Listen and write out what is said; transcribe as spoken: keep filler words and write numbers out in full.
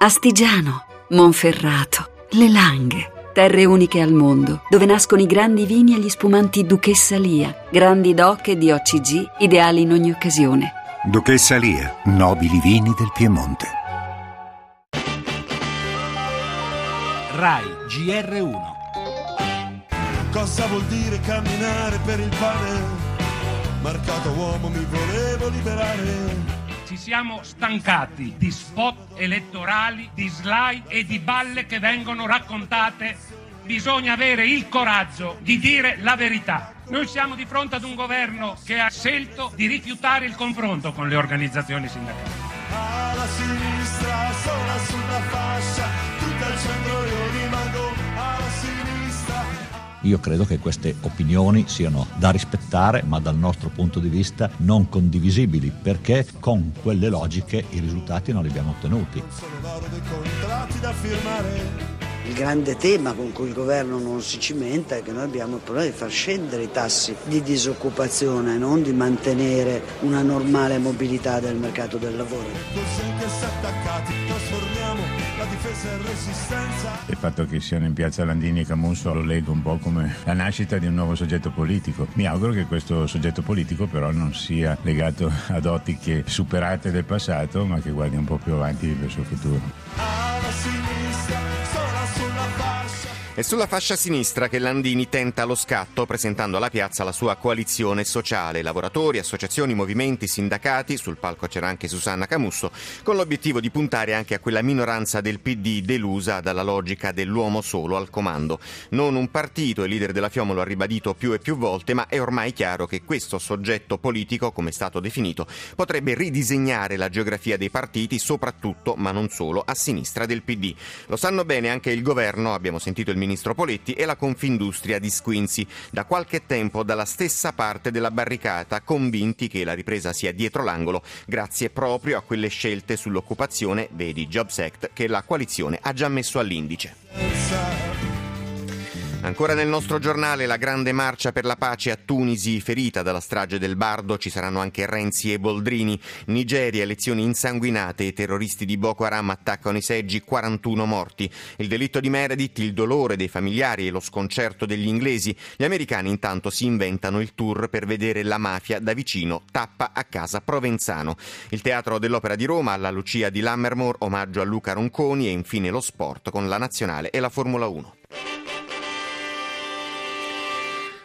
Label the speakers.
Speaker 1: Astigiano, Monferrato, Le Langhe. Terre uniche al mondo, dove nascono i grandi vini e gli spumanti Duchessa Lia, grandi doc e di O C G, ideali in ogni occasione.
Speaker 2: Duchessa Lia, nobili vini del Piemonte.
Speaker 3: Rai G R uno.
Speaker 4: Cosa vuol dire camminare per il pane? Marcato uomo mi volevo liberare.
Speaker 5: Ci siamo stancati di spot elettorali, di slide e di balle che vengono raccontate. Bisogna avere il coraggio di dire la verità. Noi siamo di fronte ad un governo che ha scelto di rifiutare il confronto con le organizzazioni sindacali.
Speaker 4: Alla sinistra, sola sulla fascia, tutto al centro io rimango alla sinistra.
Speaker 6: Io credo che queste opinioni siano da rispettare, ma dal nostro punto di vista non condivisibili, perché con quelle logiche i risultati non li abbiamo ottenuti.
Speaker 7: Il grande tema con cui il governo non si cimenta è che noi abbiamo il problema di far scendere i tassi di disoccupazione, non di mantenere una normale mobilità del mercato del lavoro.
Speaker 8: Il fatto che siano in piazza Landini e Camusso lo leggo un po' come la nascita di un nuovo soggetto politico. Mi auguro che questo soggetto politico però non sia legato ad ottiche superate del passato, ma che guardi un po' più avanti verso il futuro.
Speaker 4: Alla sinistra, sola sulla fascia.
Speaker 9: È sulla fascia sinistra che Landini tenta lo scatto presentando alla piazza la sua coalizione sociale, lavoratori, associazioni, movimenti, sindacati, sul palco c'era anche Susanna Camusso, con l'obiettivo di puntare anche a quella minoranza del P D delusa dalla logica dell'uomo solo al comando. Non un partito, il leader della Fiom lo ha ribadito più e più volte, ma è ormai chiaro che questo soggetto politico, come è stato definito, potrebbe ridisegnare la geografia dei partiti, soprattutto, ma non solo, a sinistra del P D. Lo sanno bene anche il governo, abbiamo sentito il ministro Poletti, e la Confindustria di Squinzi, da qualche tempo dalla stessa parte della barricata, convinti che la ripresa sia dietro l'angolo grazie proprio a quelle scelte sull'occupazione, vedi Jobs Act, che la coalizione ha già messo all'indice. Ancora nel nostro giornale, la grande marcia per la pace a Tunisi, ferita dalla strage del Bardo, ci saranno anche Renzi e Boldrini. Nigeria, elezioni insanguinate, i terroristi di Boko Haram attaccano i seggi, quarantuno morti. Il delitto di Meredith, il dolore dei familiari e lo sconcerto degli inglesi. Gli americani intanto si inventano il tour per vedere la mafia da vicino, tappa a casa Provenzano. Il Teatro dell'Opera di Roma, alla Lucia di Lammermoor, omaggio a Luca Ronconi, e infine lo sport con la Nazionale e la Formula uno.